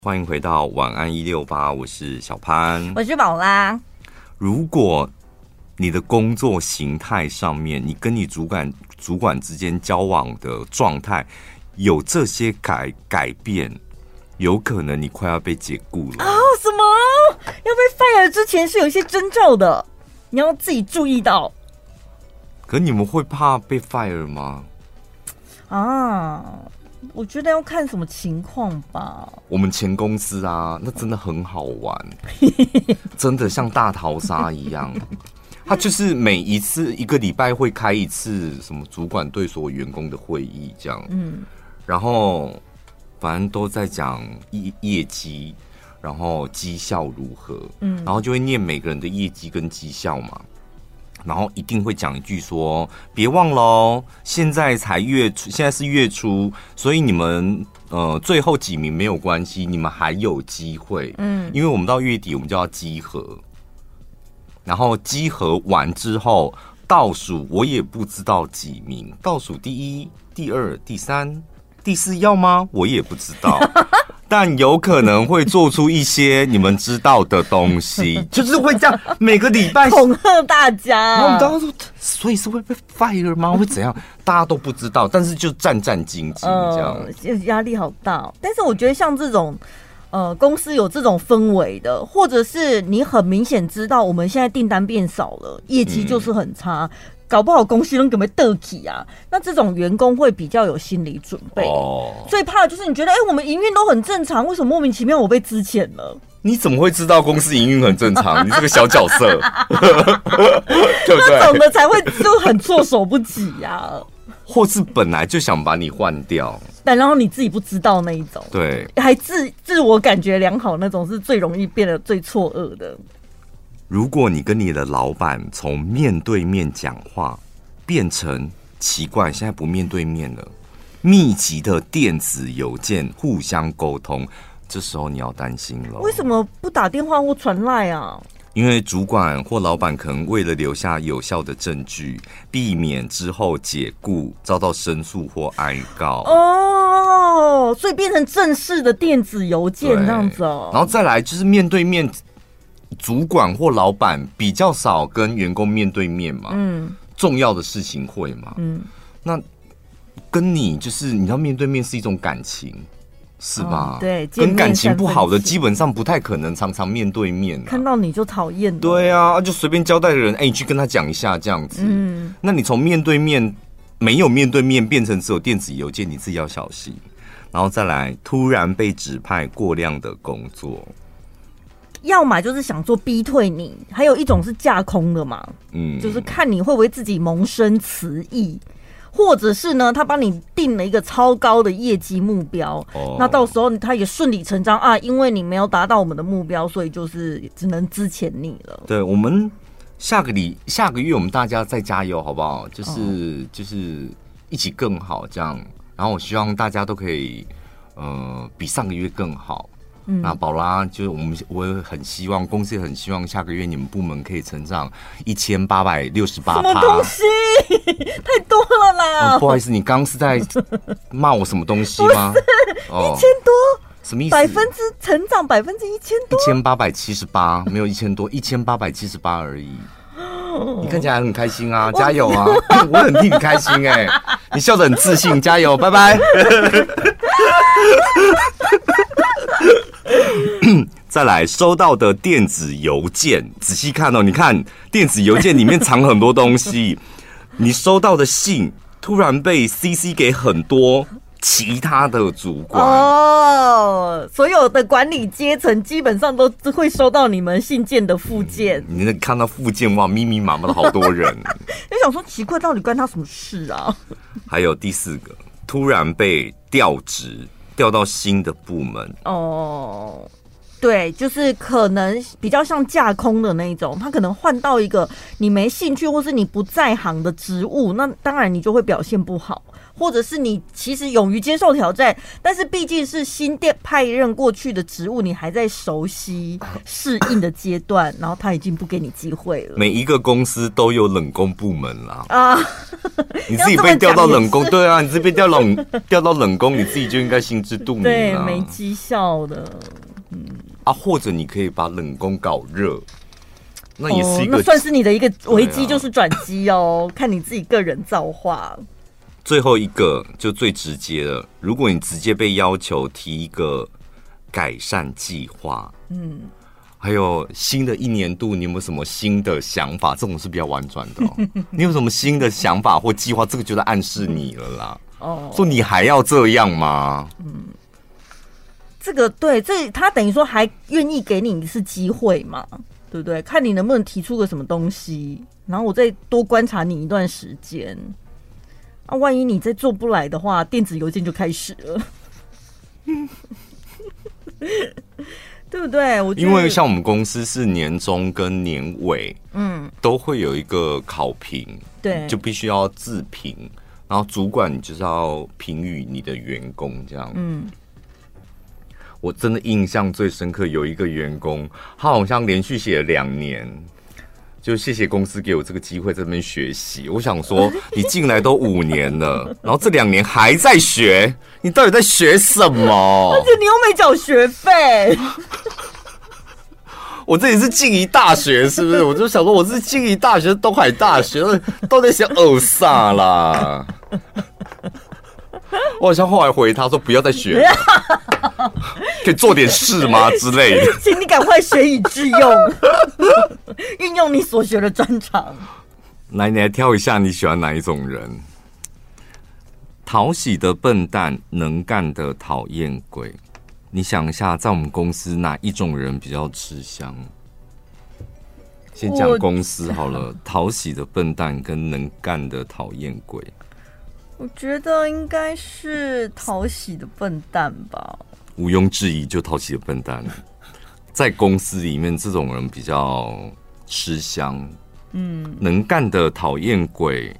欢迎回到晚安168，我是小潘， 我是宝拉。 如果你的工作形态上面，你跟你主管之间交往的状态有这些改变，有可能你快要被解雇了。 什么？要被 fire 之前是有一些征兆的，你要自己注意到。 可你们会怕被 fire 吗？ 我觉得要看什么情况吧。 我们前公司啊，那真的很好玩，真的像大逃杀一样。他就是每一个礼拜会开一次什么主管对所有员工的会议，这样。然后反正都在讲业绩，然后绩效如何，然后就会念每个人的业绩跟绩效嘛。然后一定会讲一句说，别忘了现在是月初，所以你们最后几名没有关系，你们还有机会。因为我们到月底我们就要稽核，然后稽核完之后倒数，我也不知道几名，倒数第一、第二、第三、第四要吗？我也不知道。但有可能会做出一些你们知道的东西，就是会这样每个礼拜恐吓大家。 然后我们大家说，所以是会被 fire 吗？会怎样？大家都不知道，但是就战战兢兢这样， 压力好大。但是我觉得像这种公司有这种氛围的，或者是你很明显知道我们现在订单变少了，业绩就是很差。搞不好公司能给我们得起啊，那这种员工会比较有心理准备。最怕的就是你觉得，我们营运都很正常，为什么莫名其妙我被资遣了？ 你怎么会知道公司营运很正常？你这个小角色，对不对？ 那种的才会就很措手不及呀。 或是本来就想把你换掉， 但然后你自己不知道那一种， 对， 还自我感觉良好那种，是最容易变得最错愕的。 如果你跟你的老板从面对面讲话变成奇怪，现在不面对面了，密集的电子邮件互相沟通，这时候你要担心了。 为什么不打电话或传赖啊？ 因为主管或老板可能为了留下有效的证据，避免之后解雇遭到申诉或哀告。 所以变成正式的电子邮件这样子哦。 然后再来就是面对面，主管或老板比较少跟员工面对面嘛，重要的事情会嘛，那跟你就是你要面对面是一种感情，是吧？ 对， 跟感情不好的基本上不太可能常常面对面， 看到你就讨厌。 对啊，就随便交代的人，你去跟他讲一下这样子。那你从面对面没有面对面变成只有电子邮件，你自己要小心。然后再来，突然被指派过量的工作。 要么就是想说逼退你，还有一种是架空的嘛，就是看你会不会自己萌生词意，或者是呢，他帮你定了一个超高的业绩目标，那到时候他也顺理成章啊，因为你没有达到我们的目标，所以就是只能资遣你了。 对，我们下个月我们大家再加油好不好？就是一起更好这样，然后我希望大家都可以比上个月更好。那宝拉就我也很希望，公司也很希望下个月你们部门可以成长1868%。 什么东西？太多了啦！ 不好意思，你刚刚是在骂我什么东西吗 ？1000多， 什么意思？ 成长1000多 ，1878，没有1000多，1878而已。你看起来很开心啊，加油啊！我很替你开心你笑得很自信，加油，拜拜。再来收到的电子邮件，仔细看你看电子邮件里面藏很多东西。你收到的信突然被 CC 给很多其他的主管所有的管理阶层基本上都会收到你们信件的附件。 你那看到附件哇，密密麻麻的好多人。 就想说奇怪，到底关他什么事啊？ 还有第4个，突然被调职，调到新的部门。 对，就是可能比较像架空的那一种，他可能换到一个你没兴趣或是你不在行的职务，那当然你就会表现不好， 或者是你其实勇于接受挑战，但是毕竟是新派任过去的职务，你还在熟悉适应的阶段，然后他已经不给你机会了。 每一个公司都有冷宫部门啦，你自己要这么被调到讲也冷宫， 是对啊，你自己被调到冷宫，你自己就应该心知肚明对， 啊。 没绩效的。 或者你可以把冷宫搞热，那也是一个、 那算是你的一个危机， 对啊就是转机哦，看你自己个人造化。 最后一个就最直接的，如果你直接被要求提一个改善计划，还有新的一年度，你有没有什么新的想法？这种是比较婉转的哦。你有什么新的想法或计划？这个就在暗示你了啦。说你还要这样吗？ 这个对，他等于说还愿意给你一次机会嘛，对不对？看你能不能提出个什么东西，然后我再多观察你一段时间。万一你再做不来的话，电子邮件就开始了，对不对？我觉得因为像我们公司是年终跟年尾，都会有一个考评， 对， 就必须要自评，然后主管你就是要评语你的员工这样，我真的印象最深刻，有一个员工，他好像连续写了2年，就谢谢公司给我这个机会在这边学习。我想说，你进来都5年了，然后这2年还在学，你到底在学什么？ 而且你又没缴学费， 我这里是静宜大学，是不是？我就想说，我是静宜大学、东海大学，都在想偶啥啦？我好像后来回他说不要再学了，可以做点事吗之类的。 请你赶快学以致用，运用你所学的专长。 来，你来挑一下你喜欢哪一种人？讨喜的笨蛋，能干的讨厌鬼。你想一下，在我们公司哪一种人比较吃香？先讲公司好了，讨喜的笨蛋跟能干的讨厌鬼。 我觉得应该是讨喜的笨蛋吧， 毋庸置疑，就讨喜的笨蛋。在公司里面，这种人比较吃香。能干的讨厌鬼，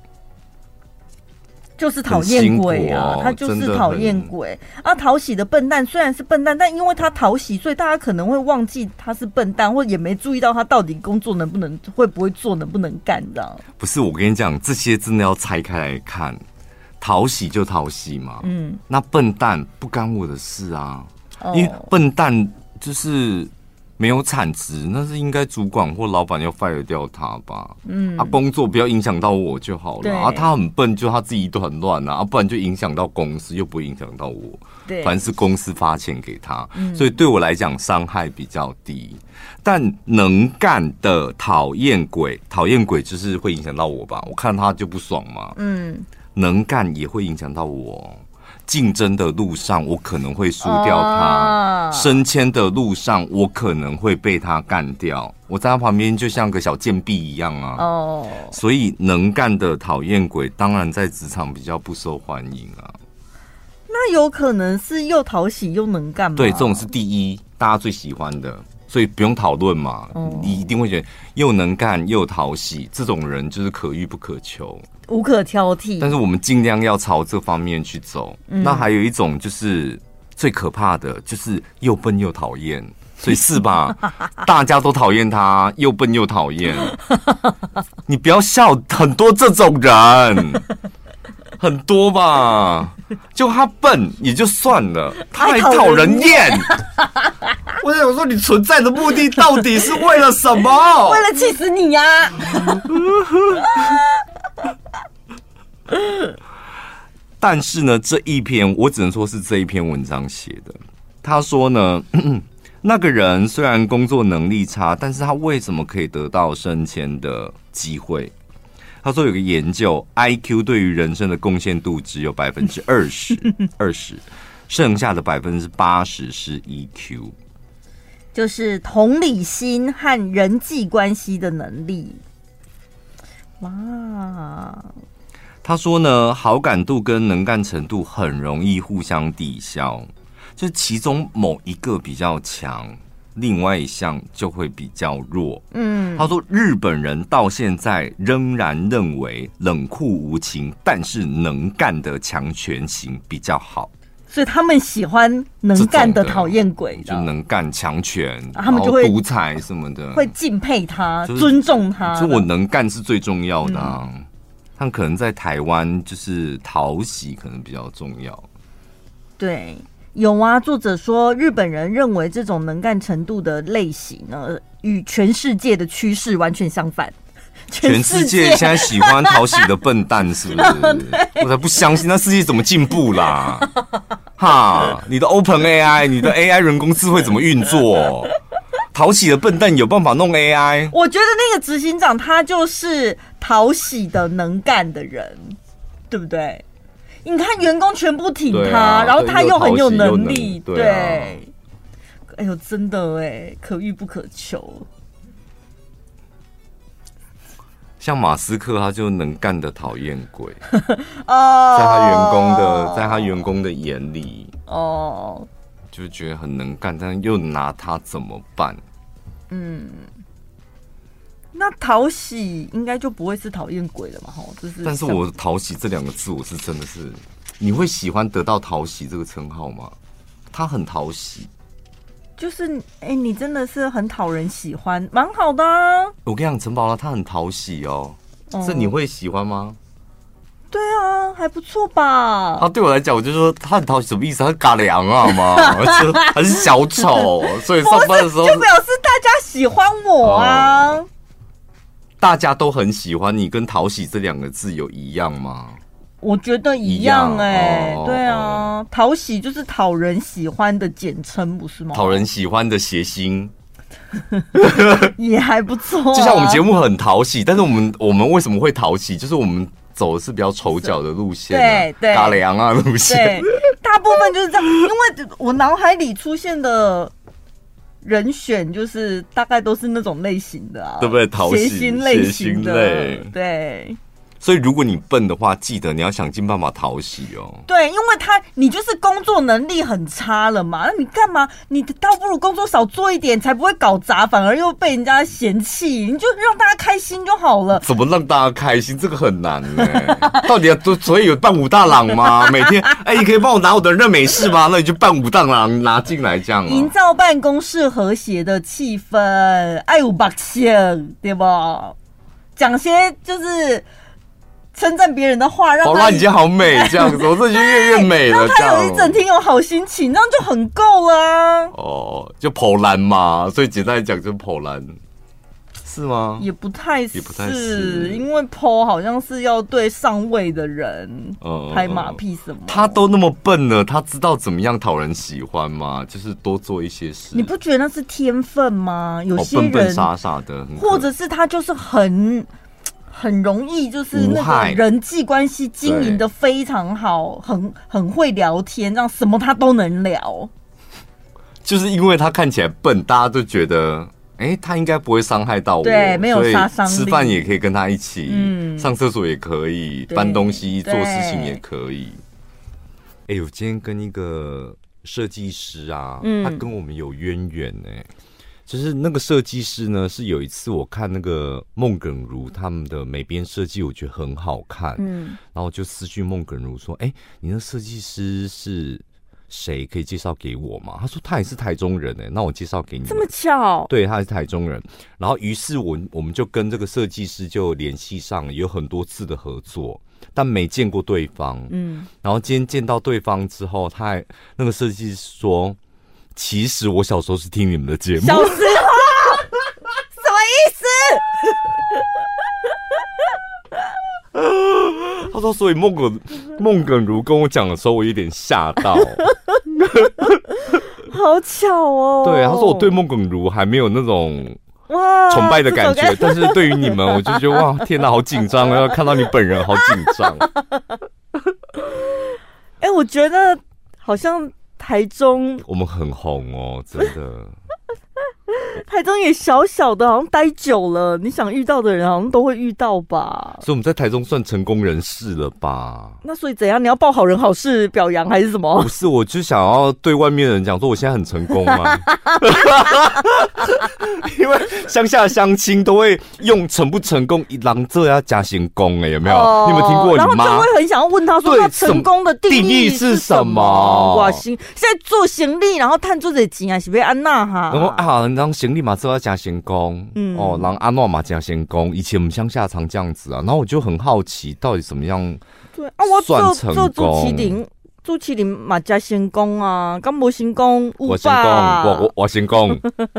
就是讨厌鬼啊，他就是讨厌鬼啊。讨喜的笨蛋虽然是笨蛋，但因为他讨喜，所以大家可能会忘记他是笨蛋，或也没注意到他到底工作会不会做，能不能干的。 不是，我跟你讲，这些真的要拆开来看。讨喜就讨喜嘛，那笨蛋不干我的事啊，因为笨蛋就是没有产值，那是应该主管或老板要 fire 掉他吧，工作不要影响到我就好了，他很笨，就他自己都很乱啊，不然就影响到公司，又不会影响到我，对，反正是公司发钱给他，所以对我来讲伤害比较低。但能干的讨厌鬼就是会影响到我吧，我看他就不爽嘛，能干也会影响到我，竞争的路上我可能会输掉他，升迁的路上我可能会被他干掉，我在他旁边就像个小贱婢一样啊。所以能干的讨厌鬼当然在职场比较不受欢迎啊。 那有可能是又讨喜又能干吗？ 对，这种是第一，大家最喜欢的，所以不用讨论嘛。你一定会觉得又能干又讨喜，这种人就是可遇不可求， 无可挑剔。但是我们尽量要朝这方面去走。那还有一种就是最可怕的，就是又笨又讨厌，所以是吧？大家都讨厌他，又笨又讨厌。你不要笑，很多这种人，很多吧？就他笨也就算了，他还讨人厌。我想说，你存在的目的到底是为了什么？ 为了气死你呀！ 但是呢，这一篇我只能说是这一篇文章写的。他说呢，那个人虽然工作能力差，但是他为什么可以得到升迁的机会？他说有个研究 ，IQ 对于人生的贡献度只有20%，剩下的80%是 EQ， 就是同理心和人际关系的能力。哇！ 他说呢，好感度跟能干程度很容易互相抵消，就是其中某一个比较强， 另外一项就会比较弱。他说日本人到现在仍然认为冷酷无情，但是能干的强权型比较好。 所以他们喜欢能干的讨厌鬼的， 就能干强权， 他们就会独裁什么的， 会敬佩他、尊重他。 就我能干是最重要的啊。他们可能在台湾就是讨喜可能比较重要。 对，有啊。作者说，日本人认为这种能干程度的类型呢，与全世界的趋势完全相反。 全世界现在喜欢讨喜的笨蛋，是不是？我才不相信，那世界怎么进步啦？哈，你的 Open AI， 你的 AI 人工智慧怎么运作？讨喜的笨蛋有办法弄 AI？ 我觉得那个执行长他就是讨喜的能干的人，对不对？你看员工全部挺他，然后他又很有能力，对。哎呦，真的哎，可遇不可求。 像马斯克，他就能干的讨厌鬼哦， 在他员工的眼里， 哦， 就觉得很能干，但又拿他怎么办？ 那讨喜应该就不会是讨厌鬼了嘛？ 但是我讨喜这两个字，我是真的是，你会喜欢得到讨喜这个称号吗？他很讨喜。 就是你真的是很讨人喜欢，蛮好的啊。 我跟你讲，陈宝拉他很讨喜哦，这你会喜欢吗？ 对啊，还不错吧。 他对我来讲，我就说他很讨喜什么意思？他是嘎凉啊嘛，他是小丑，所以上班的时候就表示大家喜欢我啊。 大家都很喜欢你，跟讨喜这两个字有一样吗？ 我觉得一样对啊，讨喜就是讨人喜欢的简称，不是吗？ 讨人喜欢的谐星也还不错就像我们节目很讨喜，但是我们为什么会讨喜？就是我们走的是比较丑角的路线， 对嘎凉啊路线， 大部分就是这样。因为我脑海里出现的人选就是大概都是那种类型的啊， 对不对？讨喜谐星类型的，对。 所以如果你笨的话，记得你要想尽办法讨喜哦。 对，因为你就是工作能力很差了嘛，那你干嘛？你倒不如工作少做一点，才不会搞砸，反而又被人家嫌弃。你就让大家开心就好了。 怎么让大家开心？这个很难到底所以有办武大郎吗？每天你可以帮我拿我的热美式吗？那你就办武大郎拿进来这样营造办公室和谐的气氛，爱有百姓，对吧？讲些就是称赞别人的话，让他你今天好美这样子，我这就越美了。 让他有一整天有好心情，这样就很够了。 就普兰嘛，所以简单来讲就是普兰，是吗？ 也不太是，因为 po 好像是要对上位的人拍马屁什么。 他都那么笨了，他知道怎么样讨人喜欢吗？就是多做一些事。 你不觉得那是天分吗？有些人笨笨傻傻的， 或者是他就是很容易就是那种人际关系经营的非常好，很会聊天，这样什么他都能聊。 就是因为他看起来笨，大家都觉得他应该不会伤害到我， 对，没有杀伤力， 吃饭也可以跟他一起，上厕所也可以，搬东西做事情也可以。我今天跟一个设计师啊，他跟我们有渊源就是那个设计师呢，是有一次我看那个孟耿如他们的美编设计，我觉得很好看，然后就私讯孟耿如说：“你那设计师是谁？可以介绍给我吗？”他说他也是台中人那我介绍给你。 这么巧？ 对，他是台中人。然后于是我们就跟这个设计师就联系上，有很多次的合作，但没见过对方。然后今天见到对方之后，那个设计师说。其实我小时候是听你们的节目。 小时候什么意思？他说，所以孟耿如跟我讲的时候，我有点吓到。 好巧哦！ 对，他说我对孟耿如还没有那种崇拜的感觉，但是对于你们，我就觉得哇，天哪，好紧张！要看到你本人，好紧张。 我觉得好像。台中我们很红哦，真的。 台中也小小的，好像待久了，你想遇到的人好像都会遇到吧？ 所以我们在台中算成功人士了吧？ 那所以怎样？你要报好人好事表扬还是什么？ 不是，我就想要对外面的人讲说，我现在很成功嘛。因为乡下的乡亲都会用成不成功，人这要加成功有没有？你有没有听过你妈？ 然后就会很想要问他说，那成功的定义是什么？哇，现在做行李，然后赚做这钱啊，是要安那哈？ 然后啊，人行李嘛，这要加成功，哦，人安那嘛加成功。以前我们乡下常这样子啊，然后我就很好奇，到底什么样对啊，我算成功？ 朱麒麟嘛加成功啊，敢无成功？ 我成功，我成功。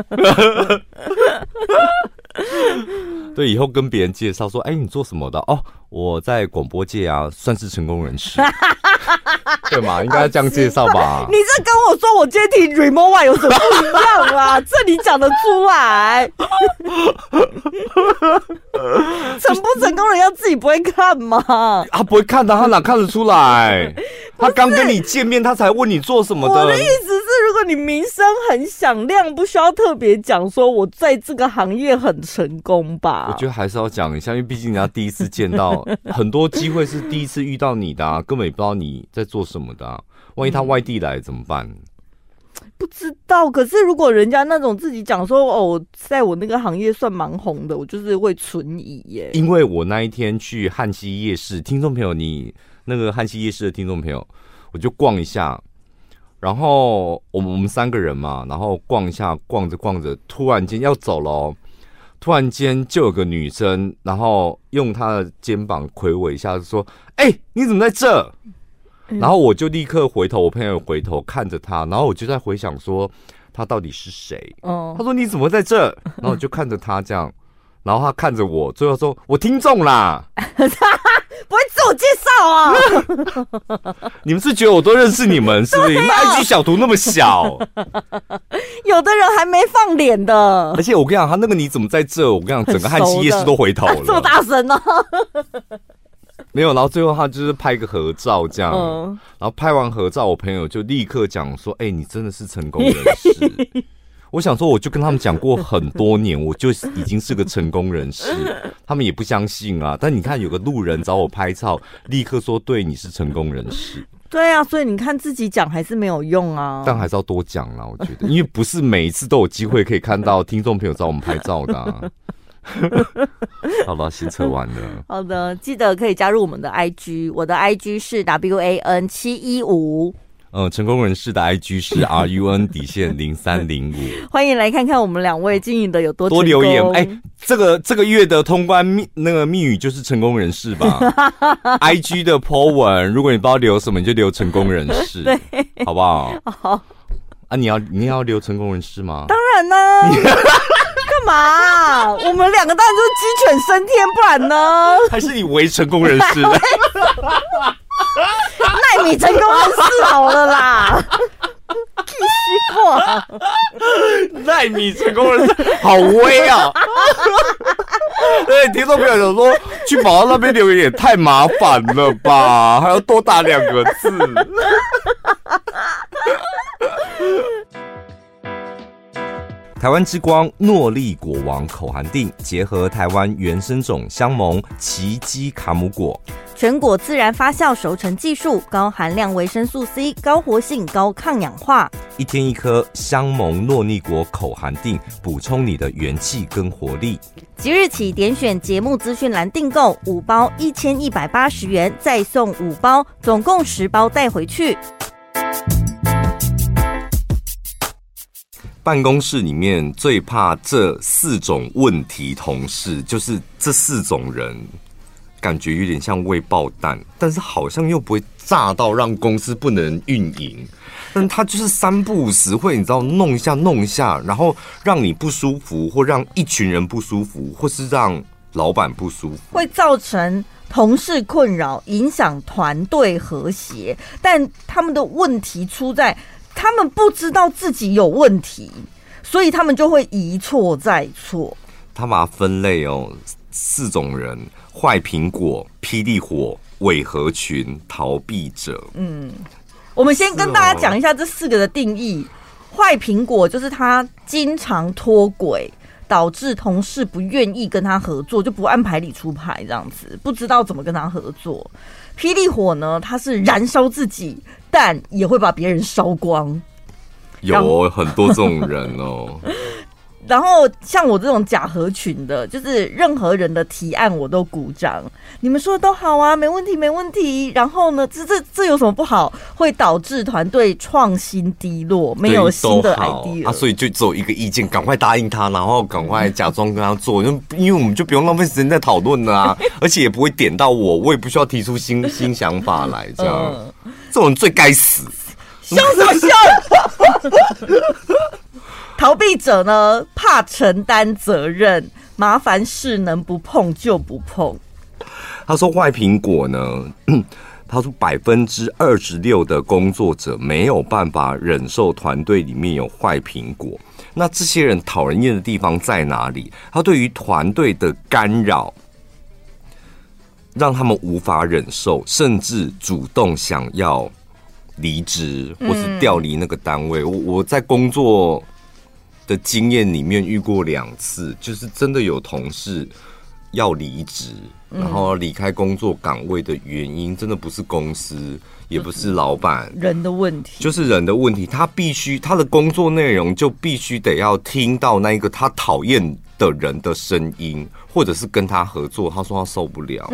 对，以后跟别人介绍说，你做什么的？哦，我在广播界啊，算是成功人士，对嘛？应该这样介绍吧？ 你这跟我说我接听 Remova 有什么不一样啊？这你讲得出来？成不成功人要自己不会看吗？ 他不会看的，他哪看得出来？他刚跟你见面，他才问你做什么的。 我的意思是，如果你名声很响亮，不需要特别讲说我在这个行业很成功吧？ 我觉得还是要讲一下，因为毕竟人家第一次见到，很多机会是第一次遇到你的啊，根本也不知道你在做什么的啊。万一他外地来怎么办？ 不知道，可是如果人家那种自己讲说哦，在我那个行业算蛮红的，我就是会存疑耶。 因为我那一天去汉西夜市，听众朋友，你那个汉西夜市的听众朋友，我就逛一下，然后我们3个人嘛，然后逛一下，逛着逛着，突然间要走了哦，突然间就有个女生，然后用她的肩膀捶我一下，就说：“你怎么在这？”然后我就立刻回头，我朋友回头看着他，然后我就在回想说他到底是谁。他说：“你怎么在这？”然后我就看着他这样，然后他看着我，最后说：“我听众啦。” 不会自我介绍啊？ 你们是觉得我都认识你们是不是？你们 IG 小图那么小， 有的人还没放脸的。 而且我跟你讲，他那个你怎么在这？我跟你讲，整个汉西夜市都回头了， 这么大声呢？ 没有，然后最后他就是拍个合照这样，然后拍完合照，我朋友就立刻讲说：“你真的是成功人士。”我想说，我就跟他们讲过很多年，我就已经是个成功人士，他们也不相信啊。但你看，有个路人找我拍照，立刻说：“对，你是成功人士。” 对啊，所以你看自己讲还是没有用啊。 但还是要多讲啦，我觉得，因为不是每一次都有机会可以看到听众朋友找我们拍照的啊。好了，先扯完了。 好的，记得可以加入我们的 IG， 我的 IG 是 WAN715。 成功人士的 IG 是 RUN_0305。 欢迎来看看我们2位经营的有多成功。 多留言，这个月的通关那个密语就是成功人士吧？IG 的 po 文，如果你不知道留什么，你就留成功人士，对，好不好？ 好啊，你要留成功人士吗？ 当然啦。干嘛？我们2个当然就是鸡犬升天，不然呢？ 还是你为成功人士？ 奈米成功人士好了啦。屁虚话， 奈米成功人士好威啊！对，听众朋友想说，去宝宝那边留言也太麻烦了吧，还要多打2个字。台湾之光诺丽果王口含定，结合台湾原生种香檬奇迹卡姆果， 全果自然发酵熟成技术，高含量维生素 C， 高活性，高抗氧化。 1天1颗香檬诺丽果口含定，补充你的元气跟活力。 即日起点选节目资讯栏订购5包1180元，再送5包，总共10包带回去。 办公室里面最怕这4种问题同事，就是这4种人，感觉有点像未爆弹，但是好像又不会炸到让公司不能运营，但他就是3不5时会，你知道弄一下，然后让你不舒服，或让一群人不舒服，或是让老板不舒服， 会造成同事困扰，影响团队和谐。但他们的问题出在他们不知道自己有问题，所以他们就会一错再错。 他把它分类4种人：坏苹果、霹雳火、伪合群、逃避者。 我们先跟大家讲一下这4个的定义。 坏苹果就是他经常脱轨，导致同事不愿意跟他合作，就不按牌理出牌这样子，不知道怎么跟他合作。霹雳火呢，他是燃烧自己，但也会把别人烧光。 有很多这种人哦。 然后像我这种假合群的，就是任何人的提案我都鼓掌，你们说的都好啊，没问题没问题。然后呢，这有什么不好？会导致团队创新低落，没有新的 idea 所以就只有一个意见，赶快答应他，然后赶快假装跟他做，因为我们就不用浪费时间在讨论了啊，而且也不会点到我也不需要提出新想法来，这样，这种人最该死。 凶什么凶？逃避者呢，怕承担责任，麻烦事能不碰就不碰。 他说坏苹果呢，他说26%的工作者没有办法忍受团队里面有坏苹果。那这些人讨人厌的地方在哪里？他对于团队的干扰，让他们无法忍受，甚至主动想要离职或是调离那个单位。我在工作的经验里面遇过2次，就是真的有同事要离职，然后离开工作岗位的原因，真的不是公司，也不是老板， 人的问题， 就是人的问题。他的工作内容就必须得要听到那一个他讨厌的人的声音，或者是跟他合作，他说他受不了。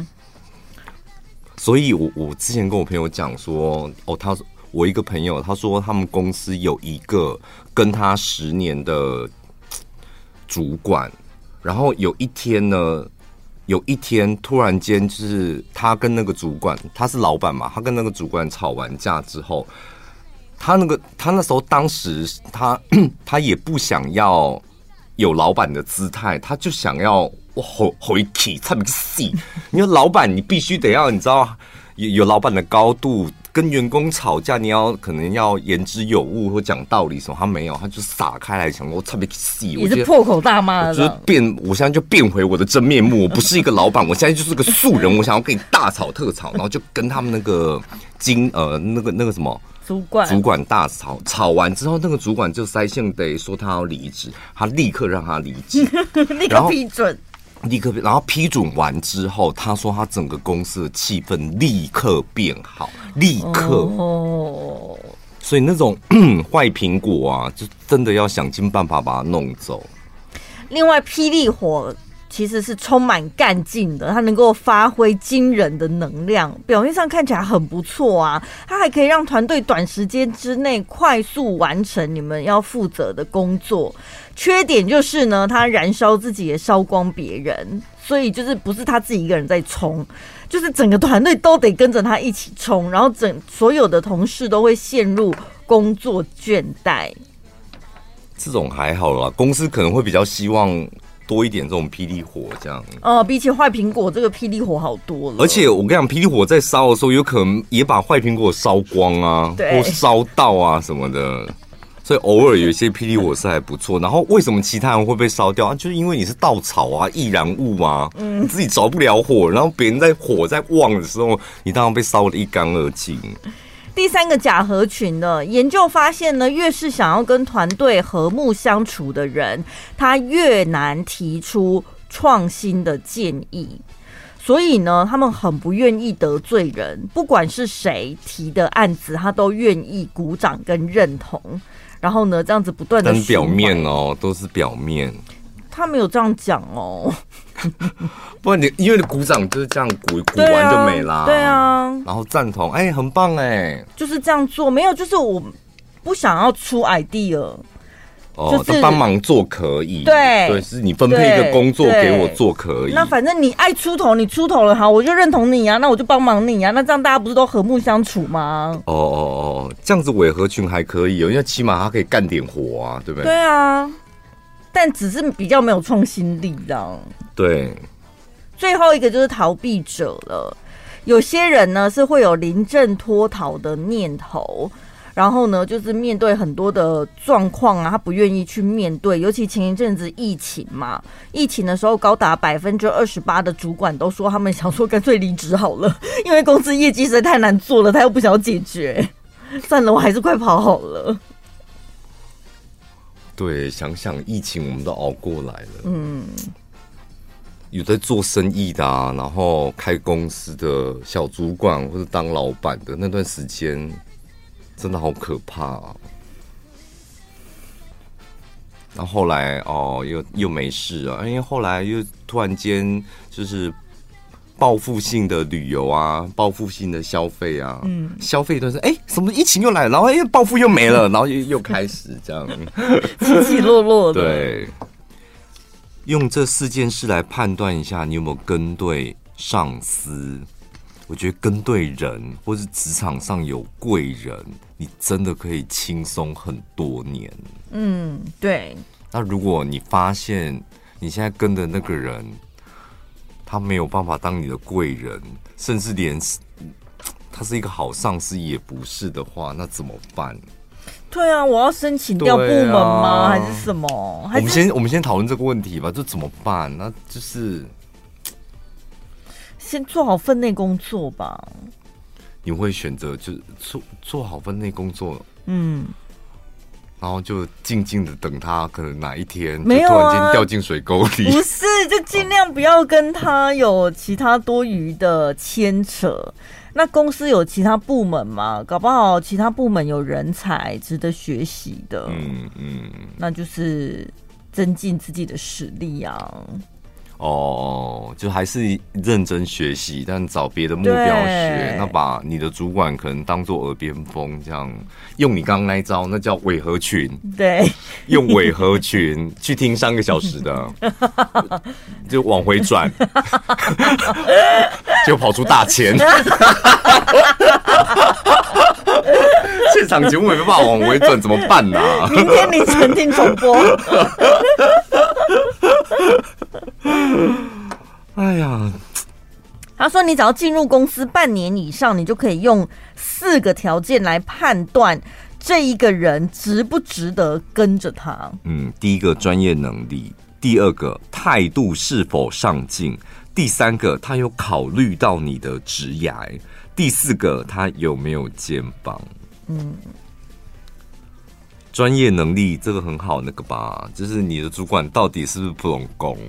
所以我之前跟我朋友讲说，我一个朋友他说他们公司有一个跟他10年的主管，然后有一天突然间就是他跟那个主管，他是老板嘛，他跟那个主管吵完架之后，他那时候当时他也不想要有老板的姿态，他就想要回气，差点死。因为老板你必须得要，你知道有老板的高度，跟员工吵架你可能要言之有物或讲道理什么，他没有，他就撒开来想我差点死。 也是破口大骂的， 我现在就变回我的真面目，我不是一个老板，我现在就是个素人，我想要跟你大吵特吵，然后就跟他们那个那个什么主管大吵完之后，那个主管就塞性得说他要离职，他立刻让他离职， 立刻批准。 然后批准完之后，他说他整个公司的气氛立刻变好，立刻。所以那种坏苹果啊，就真的要想尽办法把它弄走。 另外，霹雳火其实是充满干劲的，它能够发挥惊人的能量，表面上看起来很不错啊，它还可以让团队短时间之内快速完成你们要负责的工作。缺点就是呢，他燃烧自己也烧光别人，所以就是不是他自己一个人在冲，就是整个团队都得跟着他一起冲，然后所有的同事都会陷入工作倦怠。 这种还好啦，公司可能会比较希望多一点这种霹雳火这样。 比起坏苹果，这个霹雳火好多了。 而且我跟你讲，霹雳火在烧的时候，有可能也把坏苹果烧光啊，或烧到啊什么的。所以偶尔有一些霹雳火是还不错。然后为什么其他人会被烧掉？就是因为你是稻草啊、易燃物啊，你自己着不了火，然后别人在火在旺的时候，你当然被烧得一干二净。 第3个假合群呢，研究发现呢，越是想要跟团队和睦相处的人，他越难提出创新的建议。所以呢，他们很不愿意得罪人，不管是谁提的案子，他都愿意鼓掌跟认同。然后呢，这样子不断的， 但表面都是表面。 他没有这样讲哦。 不然因为你鼓掌就是这样鼓完就没啦。 对啊。 然后赞同，很棒就是这样做，没有，就是我不想要出 idea。 他帮忙做可以， 对， 是你分配一个工作给我做可以。 那反正你爱出头，你出头了，好，我就认同你啊，那我就帮忙你啊，那这样大家不是都和睦相处吗？ 这样子伪合群还可以因为起码他可以干点活啊，对不对？ 对啊，但只是比较没有创新力这样。 对， 最后一个就是逃避者了。有些人呢是会有临阵脱逃的念头。然后呢，就是面对很多的状况啊，他不愿意去面对。尤其前一阵子疫情嘛，疫情的时候高达28%的主管都说他们想说干脆离职好了，因为公司业绩实在太难做了，他又不想要解决，算了，我还是快跑好了。 对，想想疫情我们都熬过来了。有在做生意的啊，然后开公司的小主管或者当老板的那段时间，真的好可怕啊。然后后来又没事啊，因为后来又突然间就是报复性的旅游啊，报复性的消费啊，消费一段时间，什么疫情又来了，然后报复又没了，然后又开始这样起起落落的。 对。用这4件事来判断一下，你有没有跟对上司？我觉得跟对人，或是职场上有贵人，你真的可以轻松很多年。 对。 那如果你发现你现在跟的那个人，他没有办法当你的贵人，甚至连他是一个好上司也不是的话，那怎么办？ 对啊，我要申请调部门吗？还是什么？ 我们先讨论这个问题吧，就怎么办？那就是先做好分内工作吧。 你会选择就是做好分内工作，然后就静静的等他，可能哪一天就突然间掉进水沟里。 不是，就尽量不要跟他有其他多余的牵扯。那公司有其他部门嘛？搞不好其他部门有人才值得学习的。那就是增进自己的实力啊。 就还是认真学习，但找别的目标学。那把你的主管可能当作耳边风，这样用你刚刚那一招，那叫伪合群。 对， 用伪合群去听3个小时的，就往回转，就跑出大钱。现场节目没办法往回转，怎么办呢？ 明天凌晨听重播。 哎呀， 他说你只要进入公司半年以上，你就可以用4个条件来判断这一个人值不值得跟着他。 第一个专业能力，第2个态度是否上进，第3个他有考虑到你的职涯，第4个他有没有肩膀。专业能力这个很好，那个吧，就是你的主管到底是不是普通工？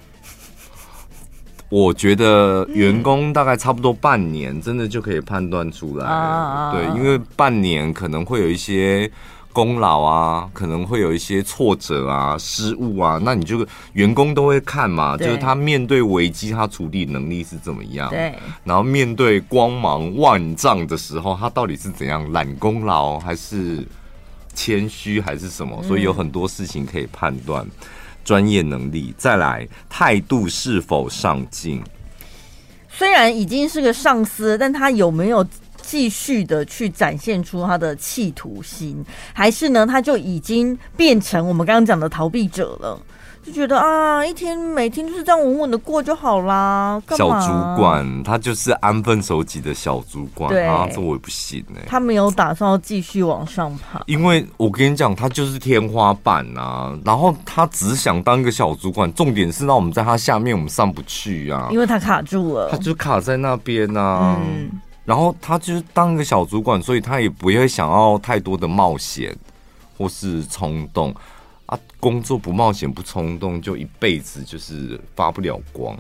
我觉得员工大概差不多半年，真的就可以判断出来。对，因为半年可能会有一些功劳啊，可能会有一些挫折啊、失误啊，那你就员工都会看嘛，就是他面对危机，他处理能力是怎么样。 对， 然后面对光芒万丈的时候，他到底是怎样揽功劳，还是谦虚，还是什么？所以有很多事情可以判断。专业能力，再来态度是否上进。 虽然已经是个上司，但他有没有继续的去展现出他的企图心，还是呢，他就已经变成我们刚刚讲的逃避者了？就觉得每天就是这样稳稳的过就好啦。 小主管他就是安分守己的小主管这我也不信他没有打算要继续往上爬， 因为我跟你讲，他就是天花板啊。然后他只想当一个小主管，重点是让我们在他下面，我们上不去啊， 因为他卡住了， 他就卡在那边啊。然后他就是当一个小主管，所以他也不会想要太多的冒险或是冲动。工作不冒险不冲动，就一辈子就是发不了光。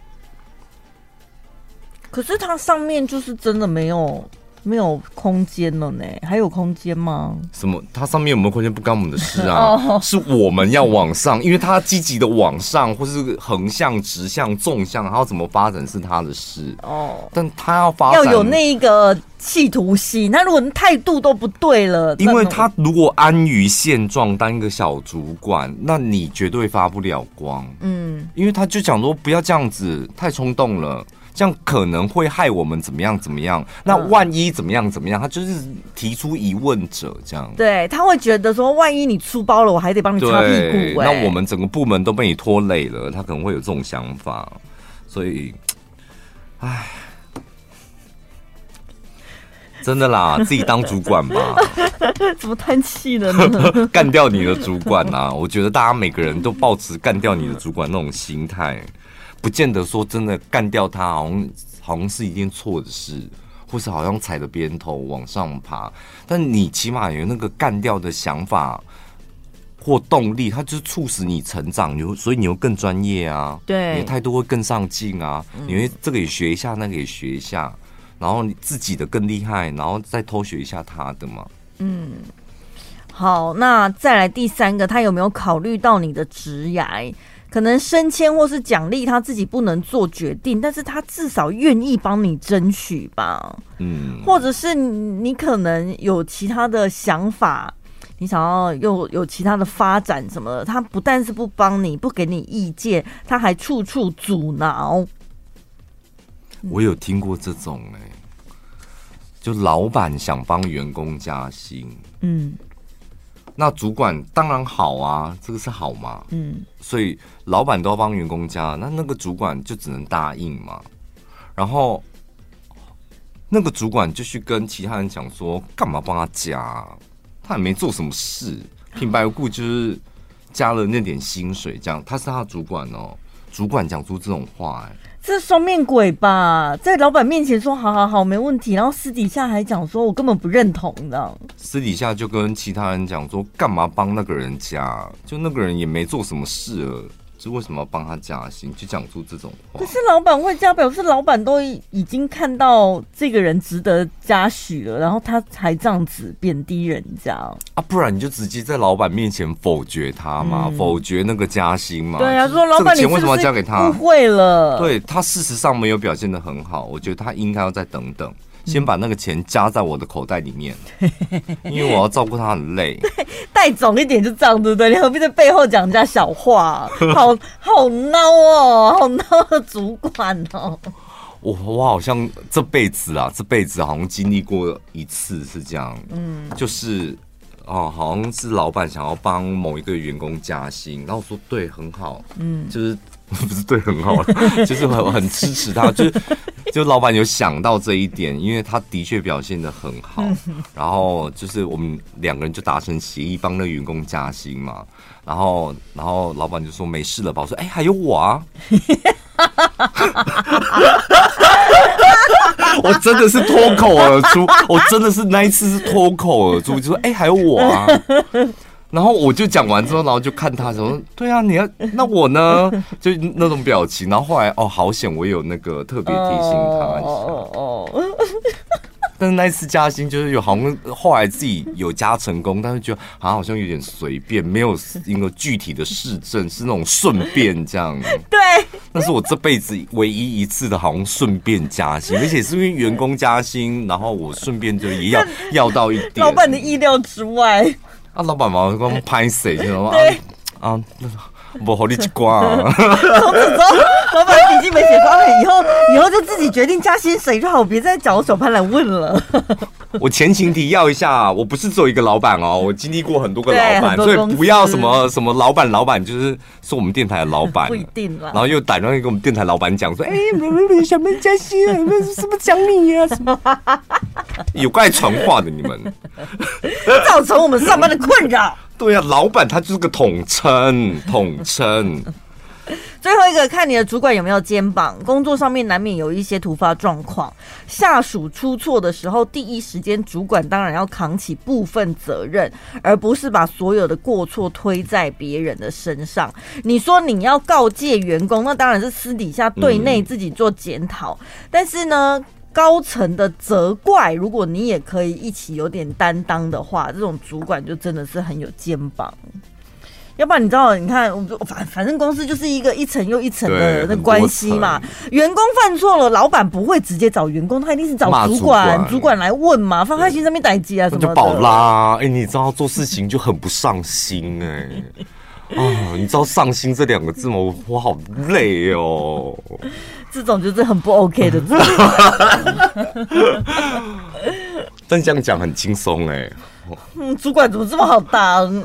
可是它上面就是真的没有空间了呢？还有空间吗？ 什么？它上面有没有空间不干我们的事啊？是我们要往上，因为它积极的往上，或是横向、直向、纵向，它要怎么发展是他的事。但他要发展要有那一个企图心。那如果态度都不对了， 因为他如果安于现状当一个小主管，那你绝对发不了光。因为他就讲说不要这样子，太冲动了。这样可能会害我们怎么样怎么样？那万一怎么样怎么样？他就是提出疑问者这样。 对，他会觉得说，万一你出包了，我还得帮你擦屁股。 那我们整个部门都被你拖累了，他可能会有这种想法。所以，真的啦，自己当主管吧。 怎么叹气了呢？ 干掉你的主管啊！我觉得大家每个人都抱持干掉你的主管那种心态。不见得说真的干掉他，好像是一件错的事，或是好像踩着别人头往上爬。但你起码有那个干掉的想法， 或动力，它就是促使你成长，所以你又更专业啊， 对， 你的态度会更上进啊，你会这个也学一下，那个也学一下，然后你自己的更厉害，然后再偷学一下他的嘛。 好，那再来第3个，他有没有考虑到你的职涯？可能升迁或是奖励他自己不能做决定，但是他至少愿意帮你争取吧。或者是你可能有其他的想法，你想要有其他的发展什么的，他不但是不帮你，不给你意见，他还处处阻挠。 我有听过这种就老板想帮员工加薪，那主管当然好啊，这个是好嘛，所以老板都要帮员工加，那个主管就只能答应嘛。然后那个主管就去跟其他人讲说，干嘛帮他加？他也没做什么事，平白无故就是加了那点薪水，这样他是他的主管哦。主管讲出这种话， 这是双面鬼吧？在老板面前说好好好没问题，然后私底下还讲说我根本不认同的。 私底下就跟其他人讲说，干嘛帮那个人加？就那个人也没做什么事了，就为什么要帮他加薪？就讲出这种话。 可是老板会加，表示老板都已经看到这个人值得嘉许了，然后他才这样子贬低人家啊！不然你就直接在老板面前否决他嘛，否决那个加薪嘛。 对啊，说老板你是不是这个钱为什么要交给他？ 误会了。 对，他事实上没有表现得很好，我觉得他应该要再等等。先把那个钱加在我的口袋里面，因为我要照顾他很累。 带种一点就这样，对不对？你何必在背后讲人家小话？好孬哦，好孬的主管哦。 我好像这辈子好像经历过一次是这样，就是好像是老板想要帮某一个员工加薪，然后我说对，很好，就是不是对很好，就是很支持他，就老板有想到这一点，因为他的确表现得很好，然后就是我们2个人就达成协议，帮那个员工加薪嘛，然后老板就说没事了吧，我说还有我啊。我真的是脱口而出，我真的是那一次是脱口而出，就说还有我啊。然后我就讲完之后，然后就看他说：“对啊，你要那我呢？”就那种表情。然后后来好险，我有那个特别提醒他一下。但是那一次加薪就是好像后来自己有加成功，但是觉得好像有点随便，没有一个具体的市政，是那种顺便这样。 对， 那是我这辈子唯一一次的，好像顺便加薪，而且是因为员工加薪，然后我顺便就也要到一点。 老板的意料之外。 老板嘛，刚拍谁，知道吗？不好你一瓜啊！ 从此之后，老板笔记本写说：“以后就自己决定加薪水就好，别再找我手盘来问了。” 我前情提要一下，我不是只有一个老板哦，我经历过很多个老板，所以不要什么老板，就是说我们电台的老板， 不一定啦。 然后又打电话给我们电台老板讲说：“想不想加薪啊？是不是讲你啊？什么？有怪传话的你们， 造成我们上班的困扰。” 对啊，老板他就是个统称。 最后一个，看你的主管有没有肩膀。工作上面难免有一些突发状况，下属出错的时候，第一时间主管当然要扛起部分责任，而不是把所有的过错推在别人的身上。你说你要告诫员工，那当然是私底下对内自己做检讨，但是呢，高层的责怪，如果你也可以一起有点担当的话，这种主管就真的是很有肩膀。要不然你知道，你看，反正公司就是一个一层又一层的那关系嘛。员工犯错了，老板不会直接找员工，他一定是找主管来问嘛，放开心上面代志啊什么的。 就宝拉，你知道做事情就很不上心你知道上心这2个字吗？我好累哦。 这种就是很不 OK 的字。 但这样讲很轻松主管怎么这么好当？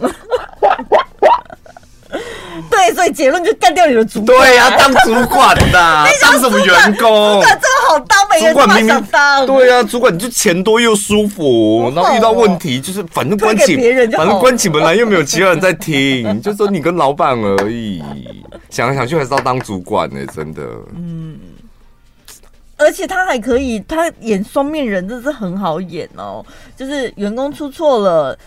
对，所以结论就干掉你的主管。 对呀，当主管的，当什么员工？ 主管这么好当，每个人都想当。 对呀，主管你就钱多又舒服，然后遇到问题就是反正关起门来又没有其他人在听，就说你跟老板而已。想来想去还是要当主管真的。 而且他还可以，他演双面人真是很好演哦。就是员工出错了，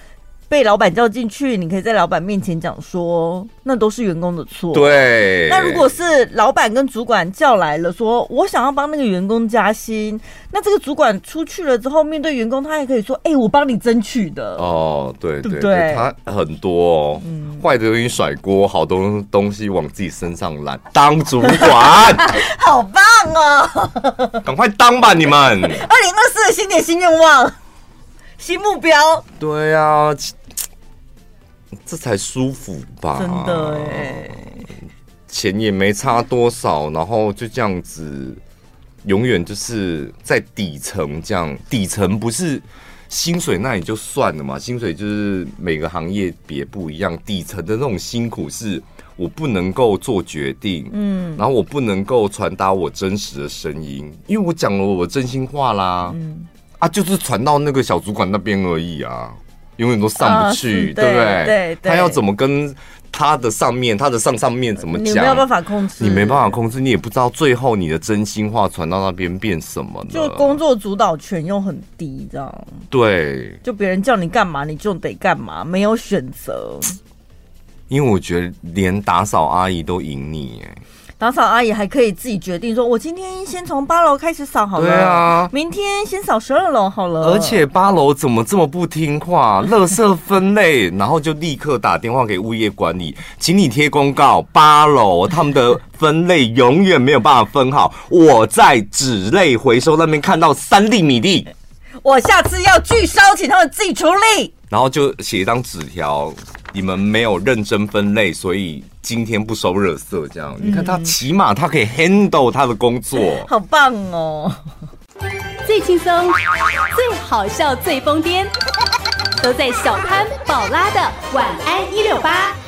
被老板叫进去，你可以在老板面前讲说，那都是员工的错。 对。 那如果是老板跟主管叫来了，说我想要帮那个员工加薪，那这个主管出去了之后，面对员工，他也可以说，我帮你争取的。 哦，对对不对？ 他很多哦，坏的给你甩锅，好多东西往自己身上揽。当主管， 好棒哦！ 赶快当吧，你们。 2024的新年新愿望。新目标， 对啊，这才舒服吧？ 真的哎， 钱也没差多少，然后就这样子，永远就是在底层这样。底层不是薪水那也就算了嘛，薪水就是每个行业别不一样。底层的那种辛苦是我不能够做决定，然后我不能够传达我真实的声音，因为我讲了我真心话啦。就是传到那个小主管那边而已啊，永远都上不去，对不对？ 对， 他要怎么跟他的上面、他的上面怎么讲？ 你没有办法控制， 你没办法控制，你也不知道最后你的真心话传到那边变什么了。 就工作主导权又很低，这样。 对， 就别人叫你干嘛，你就得干嘛，没有选择。 因为我觉得连打扫阿姨都赢你哎。 打扫阿姨还可以自己决定说，我今天先从8楼开始扫好了， 对啊， 明天先扫12楼好了。 而且8楼怎么这么不听话？垃圾分类，然后就立刻打电话给物业管理，请你贴公告，8楼他们的分类永远没有办法分好。我在纸类回收那边看到3粒米粒， 我下次要拒收，请他们自己处理。 然后就写一张纸条，你们没有认真分类，所以今天不收垃圾。这样，你看他起码他可以 handle 他的工作， 好棒哦！ 最轻松、最好笑、最疯癫，都在小潘宝拉的晚安168。